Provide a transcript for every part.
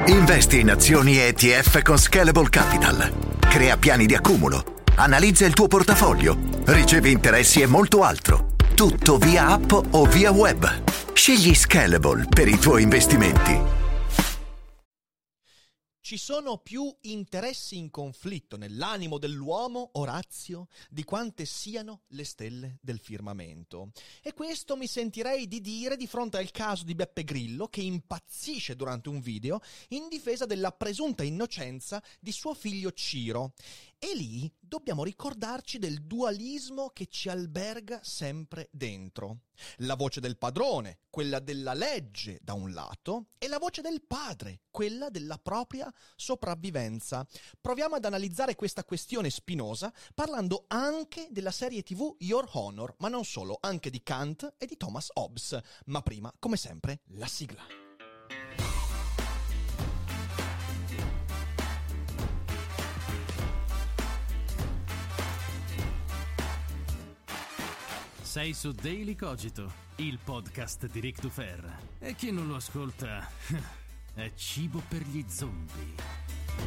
Investi in azioni ETF con Scalable Capital. Crea piani di accumulo. Analizza il tuo portafoglio. Ricevi interessi e molto altro. Tutto via app o via web. Scegli Scalable per i tuoi investimenti. Ci sono più interessi in conflitto nell'animo dell'uomo, Orazio, di quante siano le stelle del firmamento. E questo mi sentirei di dire di fronte al caso di Beppe Grillo, che impazzisce durante un video in difesa della presunta innocenza di suo figlio Ciro. E lì dobbiamo ricordarci del dualismo che ci alberga sempre dentro. La voce del padrone, quella della legge da un lato, e la voce del padre, quella della propria sopravvivenza. Proviamo ad analizzare questa questione spinosa parlando anche della serie TV Your Honor, ma non solo, anche di Kant e di Thomas Hobbes. Ma prima, come sempre, la sigla. Sei su Daily Cogito, il podcast di Ric Dufer. E chi non lo ascolta è cibo per gli zombie.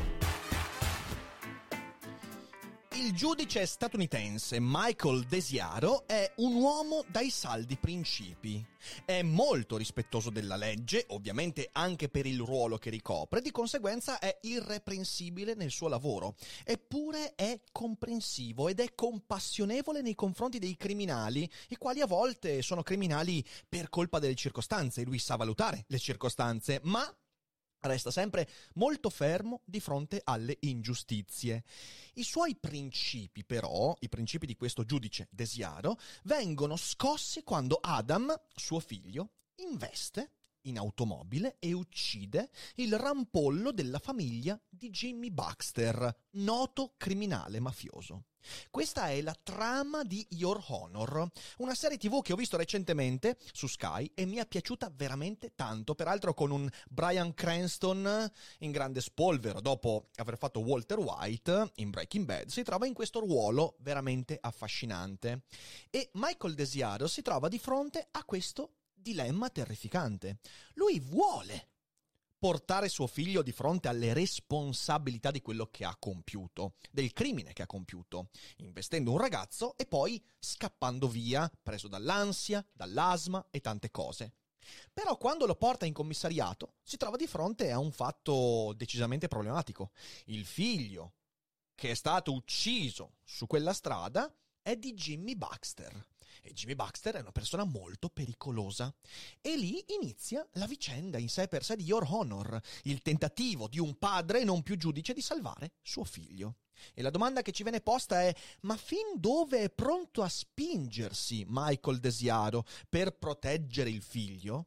Il giudice statunitense Michael DeSiaro è un uomo dai saldi principi. È molto rispettoso della legge, ovviamente anche per il ruolo che ricopre, di conseguenza è irreprensibile nel suo lavoro. Eppure è comprensivo ed è compassionevole nei confronti dei criminali, i quali a volte sono criminali per colpa delle circostanze, e lui sa valutare le circostanze, ma resta sempre molto fermo di fronte alle ingiustizie. I suoi principi, però, i principi di questo giudice DeSiaro, vengono scossi quando Adam, suo figlio, investe in automobile e uccide il rampollo della famiglia di Jimmy Baxter, noto criminale mafioso. Questa è la trama di Your Honor, una serie TV che ho visto recentemente su Sky e mi è piaciuta veramente tanto, peraltro con un Bryan Cranston in grande spolvero. Dopo aver fatto Walter White in Breaking Bad, si trova in questo ruolo veramente affascinante. E Michael DeSiaro si trova di fronte a questo dilemma terrificante. Lui vuole portare suo figlio di fronte alle responsabilità di quello che ha compiuto, del crimine che ha compiuto, investendo un ragazzo e poi scappando via, preso dall'ansia, dall'asma e tante cose. Però quando lo porta in commissariato si trova di fronte a un fatto decisamente problematico. Il figlio che è stato ucciso su quella strada è di Jimmy Baxter. E Jimmy Baxter è una persona molto pericolosa. E lì inizia la vicenda in sé per sé di Your Honor, il tentativo di un padre non più giudice di salvare suo figlio. E la domanda che ci viene posta è: ma fin dove è pronto a spingersi Michael DeSiaro per proteggere il figlio?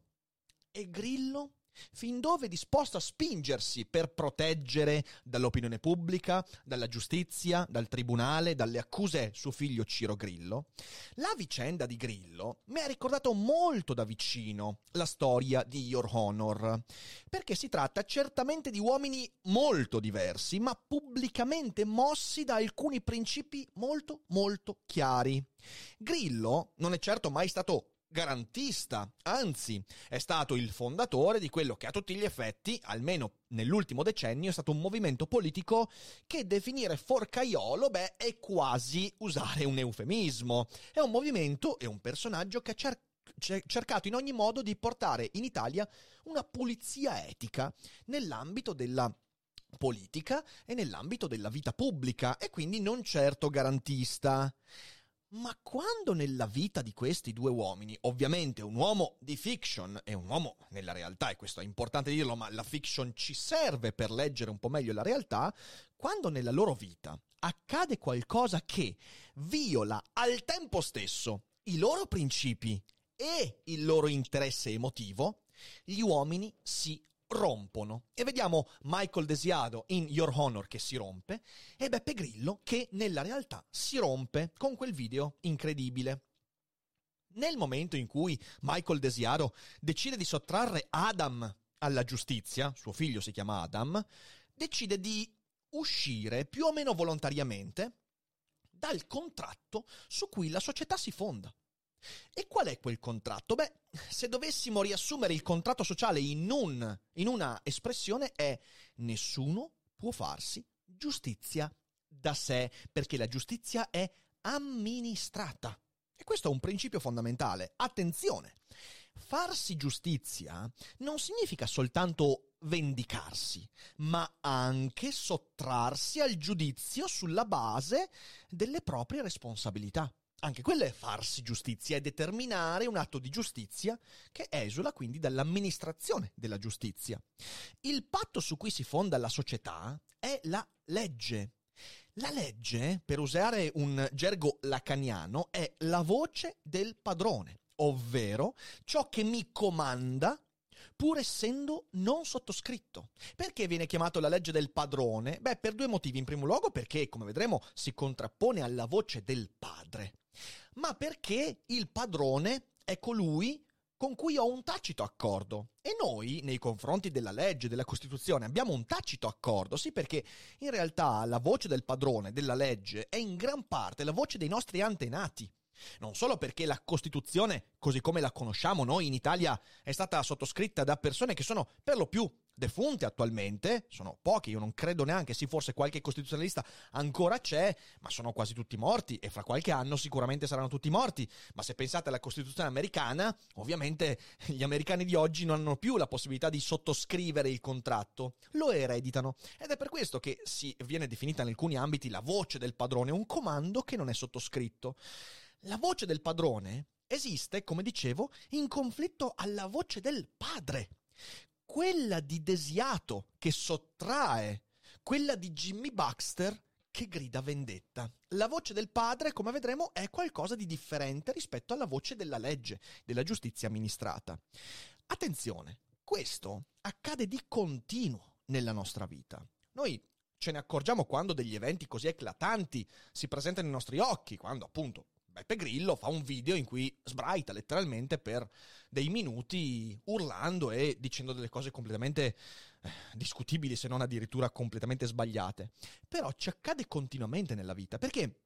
E Grillo? Fin dove è disposto a spingersi per proteggere dall'opinione pubblica, dalla giustizia, dal tribunale, dalle accuse suo figlio Ciro Grillo? La vicenda di Grillo mi ha ricordato molto da vicino la storia di Your Honor, perché si tratta certamente di uomini molto diversi, ma pubblicamente mossi da alcuni principi molto molto chiari. Grillo non è certo mai stato garantista, anzi è stato il fondatore di quello che a tutti gli effetti, almeno nell'ultimo decennio, è stato un movimento politico che definire forcaiolo, è quasi usare un eufemismo. È un movimento e un personaggio che ha cercato in ogni modo di portare in Italia una pulizia etica nell'ambito della politica e nell'ambito della vita pubblica, e quindi non certo garantista. Ma quando nella vita di questi due uomini, ovviamente un uomo di fiction e un uomo nella realtà, e questo è importante dirlo, ma la fiction ci serve per leggere un po' meglio la realtà, quando nella loro vita accade qualcosa che viola al tempo stesso i loro principi e il loro interesse emotivo, gli uomini si rompono. E vediamo Michael DeSiaro in Your Honor che si rompe e Beppe Grillo che nella realtà si rompe con quel video incredibile. Nel momento in cui Michael DeSiaro decide di sottrarre Adam alla giustizia, suo figlio si chiama Adam, decide di uscire più o meno volontariamente dal contratto su cui la società si fonda. E qual è quel contratto? Beh, se dovessimo riassumere il contratto sociale in una espressione è: nessuno può farsi giustizia da sé, perché la giustizia è amministrata. E questo è un principio fondamentale. Attenzione, farsi giustizia non significa soltanto vendicarsi, ma anche sottrarsi al giudizio sulla base delle proprie responsabilità. Anche quello è farsi giustizia, è determinare un atto di giustizia che esula quindi dall'amministrazione della giustizia. Il patto su cui si fonda la società è la legge. La legge, per usare un gergo lacaniano, è la voce del padrone, ovvero ciò che mi comanda pur essendo non sottoscritto. Perché viene chiamato la legge del padrone? Beh, per due motivi. In primo luogo perché, come vedremo, si contrappone alla voce del padre, ma perché il padrone è colui con cui ho un tacito accordo. E noi, nei confronti della legge, della Costituzione, abbiamo un tacito accordo, sì, perché in realtà la voce del padrone, della legge, è in gran parte la voce dei nostri antenati. Non solo perché la Costituzione, così come la conosciamo noi in Italia, è stata sottoscritta da persone che sono per lo più defunte attualmente, sono pochi, io non credo neanche, sì, forse qualche costituzionalista ancora c'è, ma sono quasi tutti morti e fra qualche anno sicuramente saranno tutti morti. Ma se pensate alla Costituzione americana, ovviamente gli americani di oggi non hanno più la possibilità di sottoscrivere il contratto, lo ereditano, ed è per questo che viene definita in alcuni ambiti la voce del padrone, un comando che non è sottoscritto. La voce del padrone esiste, come dicevo, in conflitto alla voce del padre, quella di Desiato che sottrae, quella di Jimmy Baxter che grida vendetta. La voce del padre, come vedremo, è qualcosa di differente rispetto alla voce della legge, della giustizia amministrata. Attenzione, questo accade di continuo nella nostra vita. Noi ce ne accorgiamo quando degli eventi così eclatanti si presentano ai nostri occhi, quando appunto Beppe Grillo fa un video in cui sbraita letteralmente per dei minuti urlando e dicendo delle cose completamente discutibili, se non addirittura completamente sbagliate. Però ci accade continuamente nella vita, perché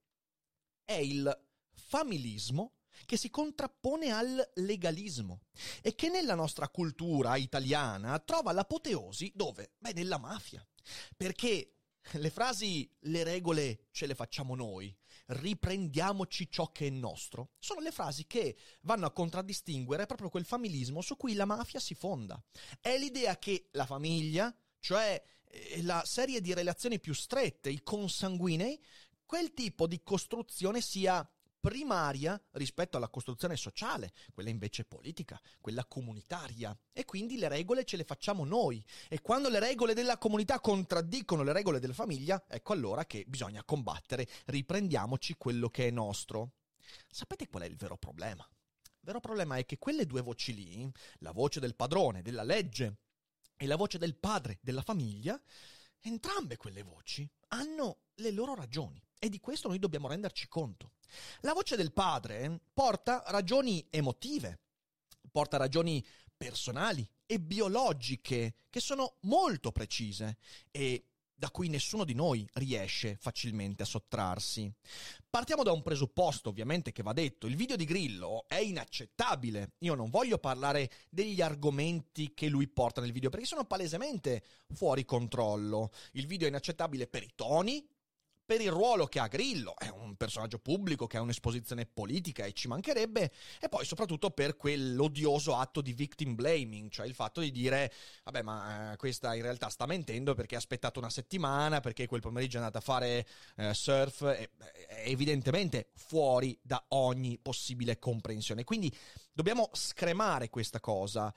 è il familismo che si contrappone al legalismo e che nella nostra cultura italiana trova l'apoteosi dove? Beh, nella mafia. Perché le frasi "le regole ce le facciamo noi", "riprendiamoci ciò che è nostro", sono le frasi che vanno a contraddistinguere proprio quel familismo su cui la mafia si fonda. È l'idea che la famiglia, cioè la serie di relazioni più strette, i consanguinei, quel tipo di costruzione sia primaria rispetto alla costruzione sociale, quella invece politica, quella comunitaria. E quindi le regole ce le facciamo noi. E quando le regole della comunità contraddicono le regole della famiglia, ecco allora che bisogna combattere, riprendiamoci quello che è nostro. Sapete qual è il vero problema? Il vero problema è che quelle due voci lì, la voce del padrone, della legge, e la voce del padre, della famiglia, entrambe quelle voci hanno le loro ragioni. E di questo noi dobbiamo renderci conto. La voce del padre porta ragioni emotive, porta ragioni personali e biologiche che sono molto precise e da cui nessuno di noi riesce facilmente a sottrarsi. Partiamo da un presupposto, ovviamente, che va detto. Il video di Grillo è inaccettabile. Io non voglio parlare degli argomenti che lui porta nel video, perché sono palesemente fuori controllo. Il video è inaccettabile per i toni, per il ruolo che ha Grillo, è un personaggio pubblico che ha un'esposizione politica e ci mancherebbe, e poi soprattutto per quell'odioso atto di victim blaming, cioè il fatto di dire vabbè, ma questa in realtà sta mentendo perché ha aspettato una settimana, perché quel pomeriggio è andata a fare surf, è evidentemente fuori da ogni possibile comprensione. Quindi dobbiamo scremare questa cosa,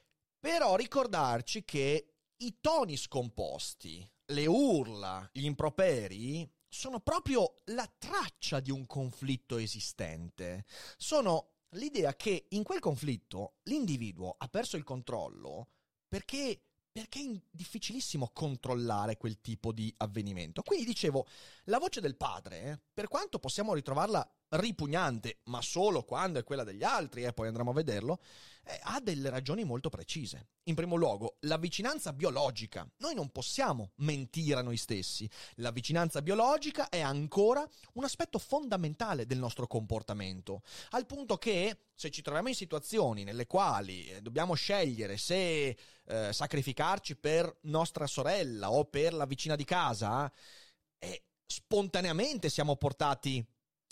però ricordarci che i toni scomposti, le urla, gli improperi sono proprio la traccia di un conflitto esistente. Sono l'idea che in quel conflitto l'individuo ha perso il controllo perché è difficilissimo controllare quel tipo di avvenimento. Quindi dicevo, la voce del padre, per quanto possiamo ritrovarla ripugnante, ma solo quando è quella degli altri, poi andremo a vederlo, ha delle ragioni molto precise. In primo luogo, la vicinanza biologica. Noi non possiamo mentire a noi stessi. La vicinanza biologica è ancora un aspetto fondamentale del nostro comportamento, al punto che se ci troviamo in situazioni nelle quali dobbiamo scegliere se sacrificarci per nostra sorella o per la vicina di casa, spontaneamente siamo portati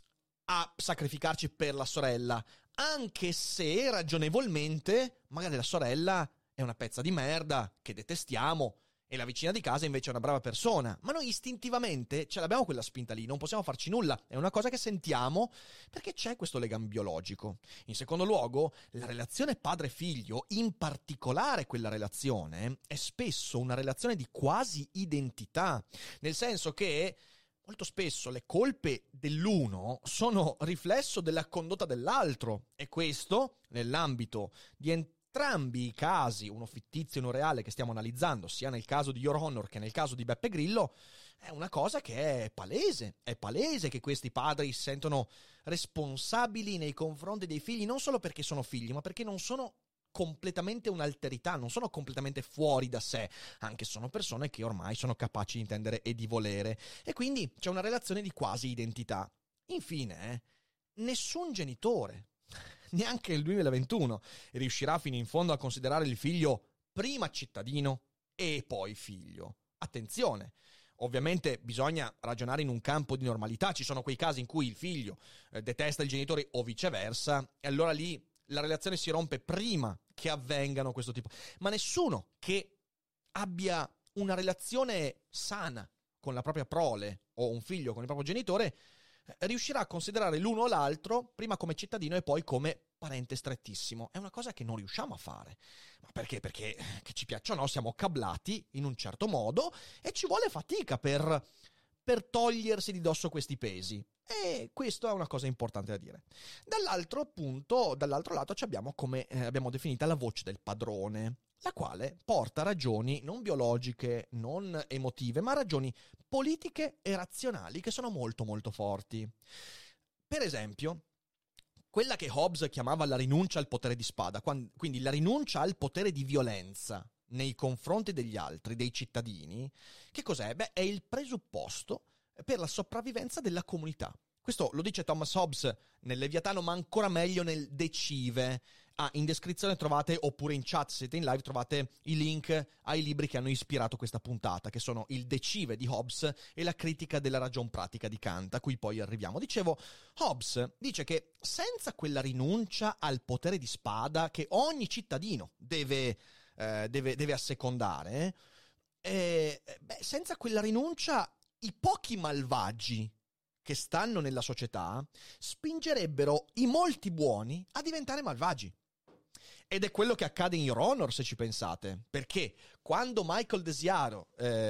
a sacrificarci per la sorella, anche se ragionevolmente magari la sorella è una pezza di merda che detestiamo e la vicina di casa invece è una brava persona, ma noi istintivamente ce l'abbiamo quella spinta lì, non possiamo farci nulla, è una cosa che sentiamo perché c'è questo legame biologico. In secondo luogo, la relazione padre-figlio, in particolare quella relazione, è spesso una relazione di quasi identità, nel senso che molto spesso le colpe dell'uno sono riflesso della condotta dell'altro, e questo, nell'ambito di entrambi i casi, uno fittizio e uno reale che stiamo analizzando, sia nel caso di Your Honor che nel caso di Beppe Grillo, è una cosa che è palese che questi padri si sentono responsabili nei confronti dei figli, non solo perché sono figli, ma perché non sono completamente un'alterità, non sono completamente fuori da sé, anche se sono persone che ormai sono capaci di intendere e di volere, e quindi c'è una relazione di quasi identità. Infine, nessun genitore, neanche nel 2021, riuscirà fino in fondo a considerare il figlio prima cittadino e poi figlio. Attenzione! Ovviamente bisogna ragionare in un campo di normalità, ci sono quei casi in cui il figlio detesta il genitore o viceversa, e allora lì la relazione si rompe prima che avvengano questo tipo. Ma nessuno che abbia una relazione sana con la propria prole o un figlio con il proprio genitore riuscirà a considerare l'uno o l'altro prima come cittadino e poi come parente strettissimo. È una cosa che non riusciamo a fare. Ma perché? Perché, che ci piaccia o no, siamo cablati in un certo modo e ci vuole fatica per togliersi di dosso questi pesi. E questo è una cosa importante da dire. Dall'altro lato ci abbiamo, come abbiamo definita, la voce del padrone, la quale porta ragioni non biologiche, non emotive, ma ragioni politiche e razionali che sono molto molto forti. Per esempio, quella che Hobbes chiamava la rinuncia al potere di spada, quindi la rinuncia al potere di violenza nei confronti degli altri, dei cittadini. Che cos'è? Beh, è il presupposto per la sopravvivenza della comunità. Questo lo dice Thomas Hobbes nel Leviatano, ma ancora meglio nel De Cive. In descrizione trovate, oppure in chat, se siete in live, trovate i link ai libri che hanno ispirato questa puntata, che sono il De Cive di Hobbes e la critica della ragion pratica di Kant, a cui poi arriviamo. Dicevo, Hobbes dice che senza quella rinuncia al potere di spada che ogni cittadino deve assecondare, senza quella rinuncia i pochi malvagi che stanno nella società spingerebbero i molti buoni a diventare malvagi. Ed è quello che accade in Your Honor, se ci pensate, perché quando Michael Desiaro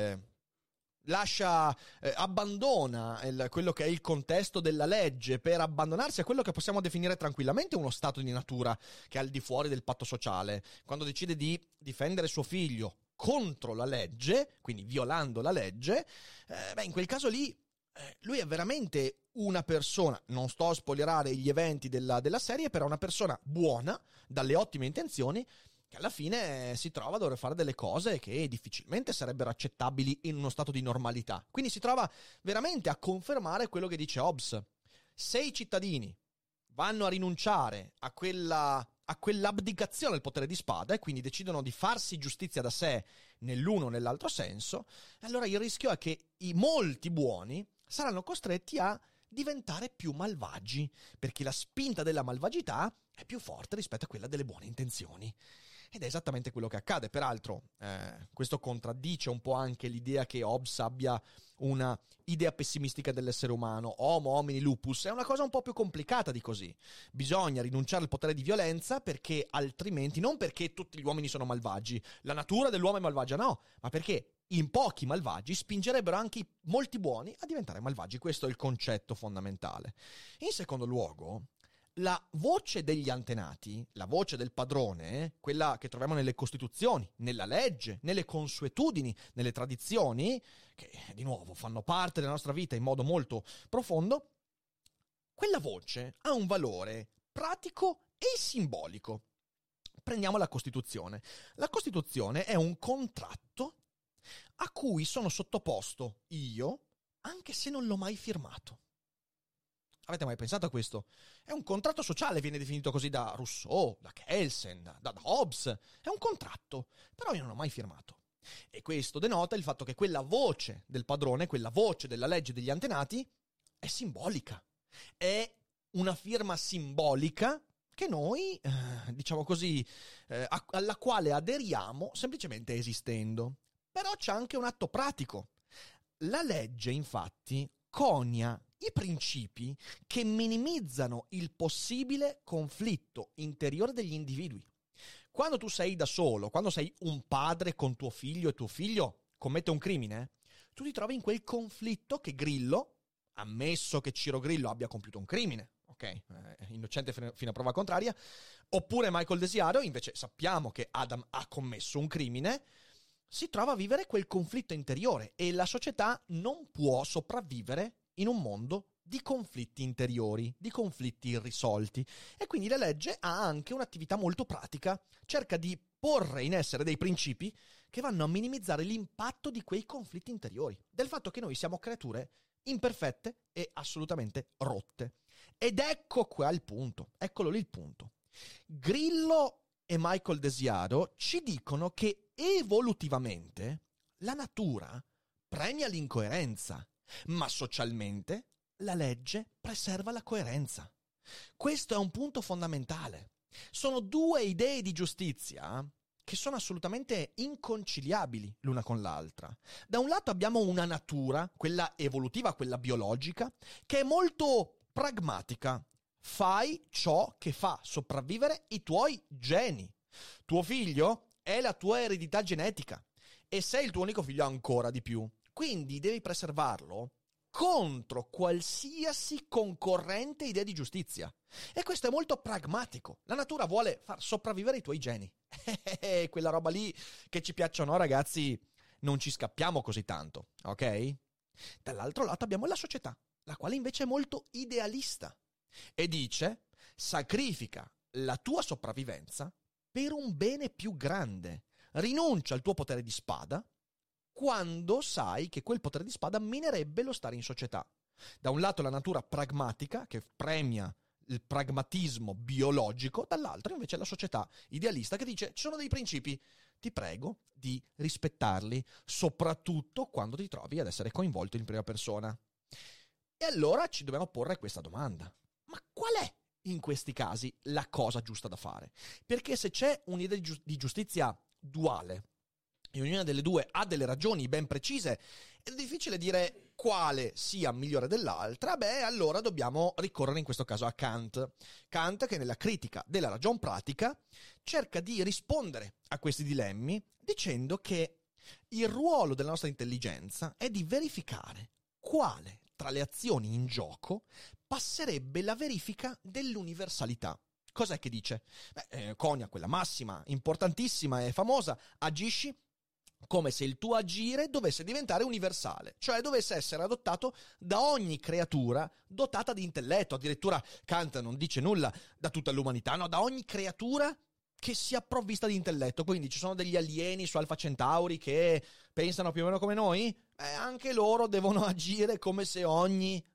abbandona quello che è il contesto della legge per abbandonarsi a quello che possiamo definire tranquillamente uno stato di natura che è al di fuori del patto sociale, quando decide di difendere suo figlio contro la legge, quindi violando la legge, in quel caso lì lui è veramente una persona, non sto a spoilerare gli eventi della serie, però una persona buona, dalle ottime intenzioni, che alla fine si trova a dover fare delle cose che difficilmente sarebbero accettabili in uno stato di normalità. Quindi si trova veramente a confermare quello che dice Hobbes. Se i cittadini vanno a rinunciare a quell'abdicazione al potere di spada e quindi decidono di farsi giustizia da sé nell'uno o nell'altro senso, allora il rischio è che i molti buoni saranno costretti a diventare più malvagi, perché la spinta della malvagità è più forte rispetto a quella delle buone intenzioni. Ed è esattamente quello che accade. Peraltro, questo contraddice un po' anche l'idea che Hobbes abbia una idea pessimistica dell'essere umano. Homo homini lupus è una cosa un po' più complicata di così. Bisogna rinunciare al potere di violenza perché altrimenti, non perché tutti gli uomini sono malvagi, la natura dell'uomo è malvagia, no, ma perché in pochi malvagi spingerebbero anche molti buoni a diventare malvagi. Questo è il concetto fondamentale. In secondo luogo, la voce degli antenati, la voce del padrone, quella che troviamo nelle costituzioni, nella legge, nelle consuetudini, nelle tradizioni, che di nuovo fanno parte della nostra vita in modo molto profondo, quella voce ha un valore pratico e simbolico. Prendiamo la Costituzione. La Costituzione è un contratto a cui sono sottoposto io, anche se non l'ho mai firmato. Avete mai pensato a questo? È un contratto sociale, viene definito così da Rousseau, da Kelsen, da Hobbes. È un contratto, però io non l'ho mai firmato. E questo denota il fatto che quella voce del padrone, quella voce della legge degli antenati, è simbolica. È una firma simbolica che noi, diciamo così, alla quale aderiamo semplicemente esistendo. Però c'è anche un atto pratico. La legge, infatti, conia i principi che minimizzano il possibile conflitto interiore degli individui. Quando tu sei da solo, quando sei un padre con tuo figlio e tuo figlio commette un crimine, tu ti trovi in quel conflitto che Grillo, ammesso che Ciro Grillo abbia compiuto un crimine, ok, innocente fino a prova contraria, oppure Michael Desiato, invece sappiamo che Adam ha commesso un crimine, si trova a vivere quel conflitto interiore e la società non può sopravvivere in un mondo di conflitti interiori, di conflitti irrisolti. E quindi la legge ha anche un'attività molto pratica, cerca di porre in essere dei principi che vanno a minimizzare l'impatto di quei conflitti interiori, del fatto che noi siamo creature imperfette e assolutamente rotte. Ed ecco qua il punto, eccolo lì il punto. Grillo e Michael Desiato ci dicono che evolutivamente la natura premia l'incoerenza, ma socialmente la legge preserva la coerenza. Questo è un punto fondamentale. Sono due idee di giustizia che sono assolutamente inconciliabili l'una con l'altra. Da un lato abbiamo una natura, quella evolutiva, quella biologica, che è molto pragmatica. Fai ciò che fa sopravvivere i tuoi geni. Tuo figlio è la tua eredità genetica e sei il tuo unico figlio ancora di più. Quindi devi preservarlo contro qualsiasi concorrente idea di giustizia. E questo è molto pragmatico. La natura vuole far sopravvivere i tuoi geni. Quella roba lì che ci piaccia o no, ragazzi, non ci scappiamo così tanto, ok? Dall'altro lato abbiamo la società, la quale invece è molto idealista e dice: sacrifica la tua sopravvivenza per un bene più grande. Rinuncia al tuo potere di spada quando sai che quel potere di spada minerebbe lo stare in società. Da un lato la natura pragmatica, che premia il pragmatismo biologico, dall'altro invece la società idealista che dice: ci sono dei principi, ti prego di rispettarli, soprattutto quando ti trovi ad essere coinvolto in prima persona. E allora ci dobbiamo porre questa domanda: ma qual è in questi casi la cosa giusta da fare? Perché se c'è un'idea di giustizia duale e ognuna delle due ha delle ragioni ben precise, è difficile dire quale sia migliore dell'altra. Allora dobbiamo ricorrere in questo caso a Kant. Kant, che nella critica della ragion pratica cerca di rispondere a questi dilemmi dicendo che il ruolo della nostra intelligenza è di verificare quale tra le azioni in gioco passerebbe la verifica dell'universalità. Cos'è che dice? Conia quella massima, importantissima e famosa: agisci come se il tuo agire dovesse diventare universale, cioè dovesse essere adottato da ogni creatura dotata di intelletto. Addirittura Kant non dice nulla da tutta l'umanità, no, da ogni creatura che sia provvista di intelletto. Quindi ci sono degli alieni su Alfa Centauri che pensano più o meno come noi? Anche loro devono agire come se ogni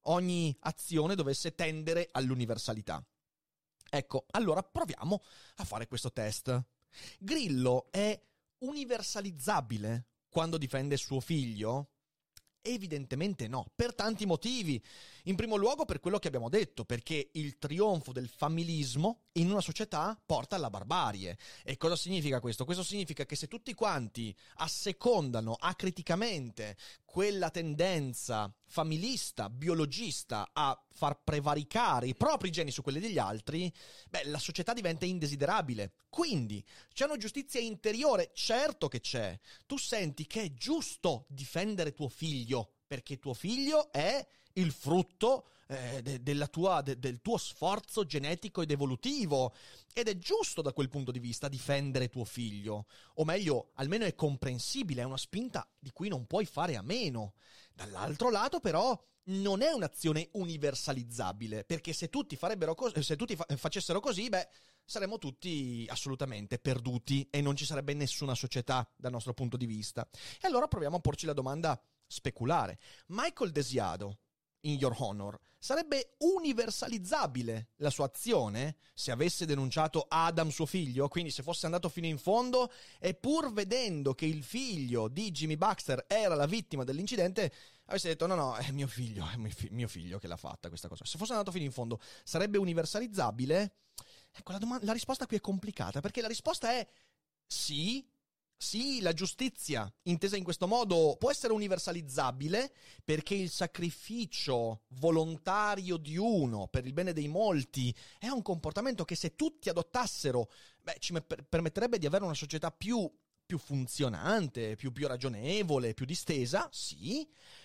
azione dovesse tendere all'universalità. Ecco, allora proviamo a fare questo test. Grillo è universalizzabile quando difende suo figlio? Evidentemente no, per tanti motivi. In primo luogo per quello che abbiamo detto, perché il trionfo del familismo in una società porta alla barbarie. E cosa significa questo? Questo significa che se tutti quanti assecondano acriticamente quella tendenza familista, biologista a far prevaricare i propri geni su quelli degli altri, la società diventa indesiderabile. Quindi c'è una giustizia interiore, certo che c'è. Tu senti che è giusto difendere tuo figlio, perché tuo figlio è il frutto del tuo sforzo genetico ed evolutivo, ed è giusto da quel punto di vista difendere tuo figlio, o meglio, almeno è comprensibile, è una spinta di cui non puoi fare a meno. Dall'altro lato però non è un'azione universalizzabile, perché se tutti facessero così, saremmo tutti assolutamente perduti e non ci sarebbe nessuna società dal nostro punto di vista. E allora proviamo a porci la domanda speculare. Michael Desiado, in Your Honor, sarebbe universalizzabile la sua azione se avesse denunciato Adam, suo figlio? Quindi se fosse andato fino in fondo e pur vedendo che il figlio di Jimmy Baxter era la vittima dell'incidente avesse detto no, è mio figlio che l'ha fatta questa cosa. Se fosse andato fino in fondo, sarebbe universalizzabile? Ecco, la risposta qui è complicata, perché la risposta è sì. Sì, la giustizia, intesa in questo modo, può essere universalizzabile perché il sacrificio volontario di uno per il bene dei molti è un comportamento che se tutti adottassero, ci permetterebbe di avere una società più funzionante, più ragionevole, più distesa, sì,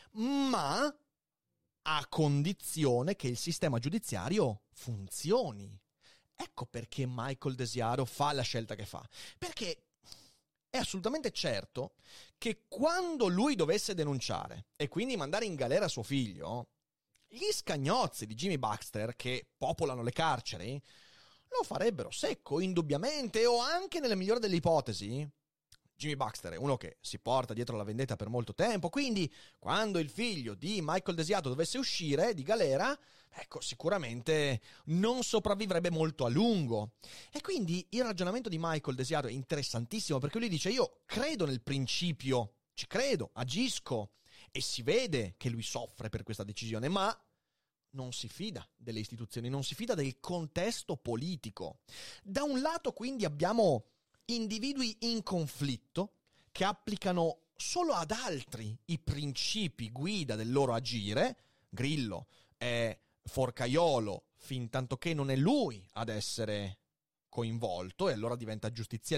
ma a condizione che il sistema giudiziario funzioni. Ecco perché Michael Desiado fa la scelta che fa, perché è assolutamente certo che quando lui dovesse denunciare e quindi mandare in galera suo figlio, gli scagnozzi di Jimmy Baxter che popolano le carceri lo farebbero secco, indubbiamente, o anche nella migliore delle ipotesi. Jimmy Baxter è uno che si porta dietro la vendetta per molto tempo, quindi quando il figlio di Michael Desiado dovesse uscire di galera, ecco, sicuramente non sopravvivrebbe molto a lungo. E quindi il ragionamento di Michael Desiado è interessantissimo, perché lui dice: io credo nel principio, ci credo, agisco, e si vede che lui soffre per questa decisione, ma non si fida delle istituzioni, non si fida del contesto politico. Da un lato quindi abbiamo individui in conflitto che applicano solo ad altri i principi guida del loro agire. Grillo è forcaiolo fin tanto che non è lui ad essere coinvolto, e allora diventa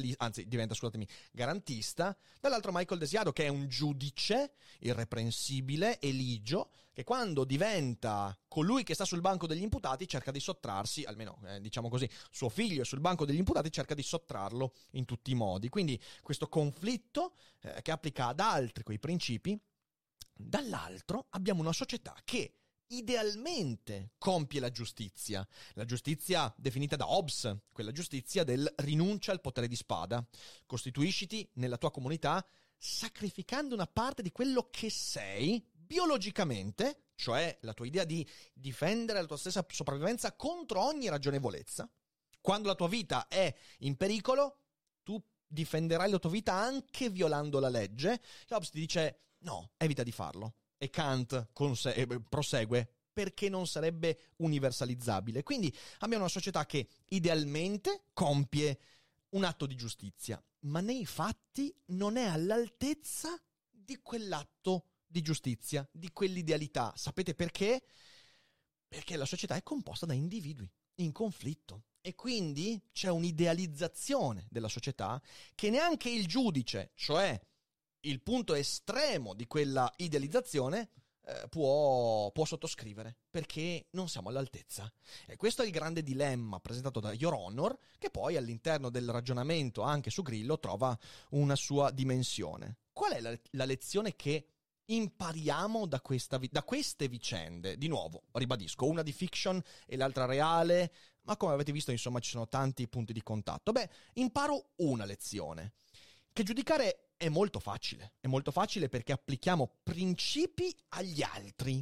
garantista. Dall'altro Michael Desiado, che è un giudice irreprensibile, eligio, che quando diventa colui che sta sul banco degli imputati cerca di sottrarsi, almeno diciamo così, suo figlio è sul banco degli imputati, cerca di sottrarlo in tutti i modi. Quindi questo conflitto che applica ad altri quei principi. Dall'altro abbiamo una società che idealmente compie la giustizia definita da Hobbes, quella giustizia del rinuncia al potere di spada. Costituisciti nella tua comunità sacrificando una parte di quello che sei biologicamente, cioè la tua idea di difendere la tua stessa sopravvivenza contro ogni ragionevolezza. Quando la tua vita è in pericolo, tu difenderai la tua vita anche violando la legge. Hobbes ti dice no, evita di farlo. E Kant prosegue: perché non sarebbe universalizzabile. Quindi abbiamo una società che idealmente compie un atto di giustizia, ma nei fatti non è all'altezza di quell'atto di giustizia, di quell'idealità. Sapete perché? Perché la società è composta da individui in conflitto, e quindi c'è un'idealizzazione della società che neanche il giudice, cioè il punto estremo di quella idealizzazione, può sottoscrivere, perché non siamo all'altezza. E questo è il grande dilemma presentato da Your Honor, che poi all'interno del ragionamento anche su Grillo trova una sua dimensione. Qual è la lezione che impariamo da queste vicende? Di nuovo, ribadisco, una di fiction e l'altra reale, ma come avete visto, insomma, ci sono tanti punti di contatto. Imparo una lezione: che giudicare è molto facile perché applichiamo principi agli altri.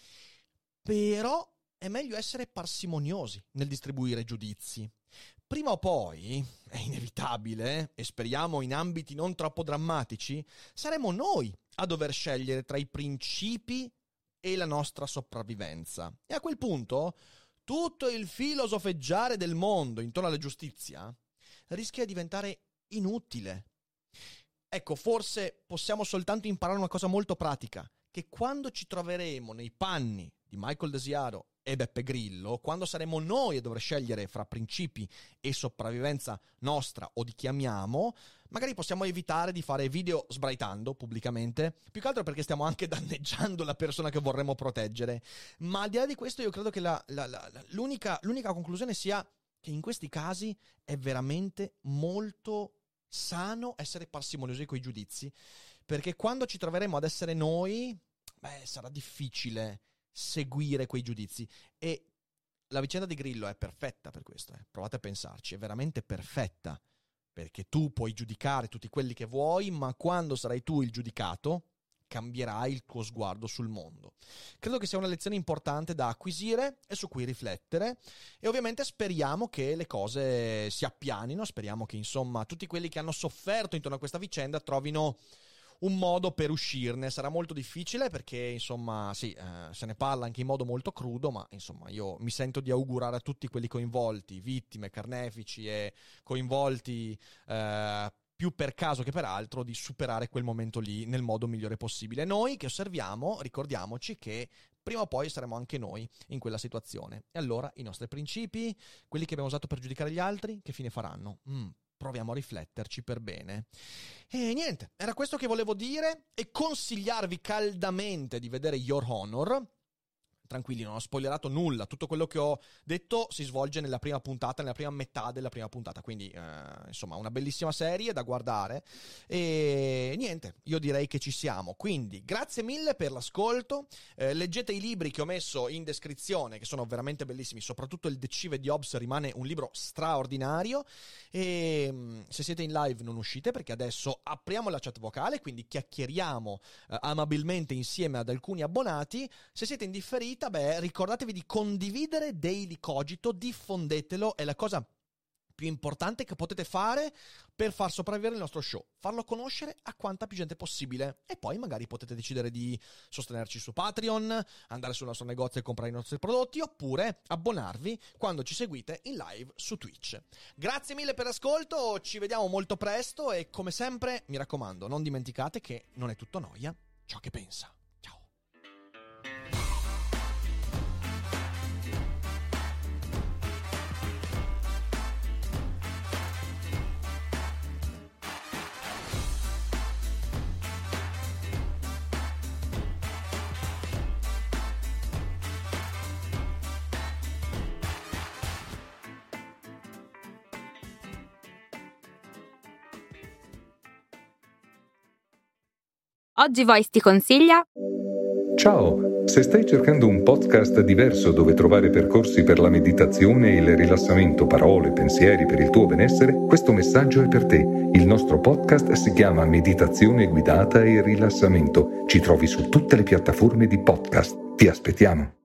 Però è meglio essere parsimoniosi nel distribuire giudizi. Prima o poi, è inevitabile, e speriamo in ambiti non troppo drammatici, saremo noi a dover scegliere tra i principi e la nostra sopravvivenza. E a quel punto, tutto il filosofeggiare del mondo intorno alla giustizia rischia di diventare inutile. Ecco, forse possiamo soltanto imparare una cosa molto pratica: che quando ci troveremo nei panni di Michael Desiado e Beppe Grillo, quando saremo noi a dover scegliere fra principi e sopravvivenza nostra o di chi amiamo, magari possiamo evitare di fare video sbraitando pubblicamente, più che altro perché stiamo anche danneggiando la persona che vorremmo proteggere. Ma al di là di questo io credo che l'unica conclusione sia che in questi casi è veramente molto sano essere parsimoniosi coi giudizi, perché quando ci troveremo ad essere noi, sarà difficile seguire quei giudizi. E la vicenda di Grillo è perfetta per questo, provate a pensarci, è veramente perfetta, perché tu puoi giudicare tutti quelli che vuoi, ma quando sarai tu il giudicato cambierai il tuo sguardo sul mondo. Credo che sia una lezione importante da acquisire e su cui riflettere, e ovviamente speriamo che le cose si appianino, speriamo che insomma tutti quelli che hanno sofferto intorno a questa vicenda trovino un modo per uscirne. Sarà molto difficile perché insomma sì, se ne parla anche in modo molto crudo, ma insomma io mi sento di augurare a tutti quelli coinvolti, vittime, carnefici e coinvolti più per caso che per altro, di superare quel momento lì nel modo migliore possibile. Noi che osserviamo, ricordiamoci che prima o poi saremo anche noi in quella situazione, e allora i nostri principi, quelli che abbiamo usato per giudicare gli altri, che fine faranno? Proviamo a rifletterci per bene. E niente, era questo che volevo dire e consigliarvi caldamente di vedere Your Honor. Tranquilli, non ho spoilerato nulla, tutto quello che ho detto si svolge nella prima puntata, nella prima metà della prima puntata, quindi insomma una bellissima serie da guardare. E niente, io direi che ci siamo, quindi grazie mille per l'ascolto, leggete i libri che ho messo in descrizione, che sono veramente bellissimi, soprattutto il Decive di Hobbes rimane un libro straordinario. E se siete in live non uscite, perché adesso apriamo la chat vocale, quindi chiacchieriamo amabilmente insieme ad alcuni abbonati. Se siete indifferiti, ricordatevi di condividere Daily Cogito, diffondetelo, è la cosa più importante che potete fare per far sopravvivere il nostro show, farlo conoscere a quanta più gente possibile, e poi magari potete decidere di sostenerci su Patreon, andare sul nostro negozio e comprare i nostri prodotti, oppure abbonarvi quando ci seguite in live su Twitch. Grazie mille per l'ascolto, ci vediamo molto presto e come sempre mi raccomando, non dimenticate che non è tutto noia ciò che pensa. Oggi Voice ti consiglia... Ciao, se stai cercando un podcast diverso dove trovare percorsi per la meditazione e il rilassamento, parole, pensieri per il tuo benessere, questo messaggio è per te. Il nostro podcast si chiama Meditazione guidata e rilassamento. Ci trovi su tutte le piattaforme di podcast. Ti aspettiamo.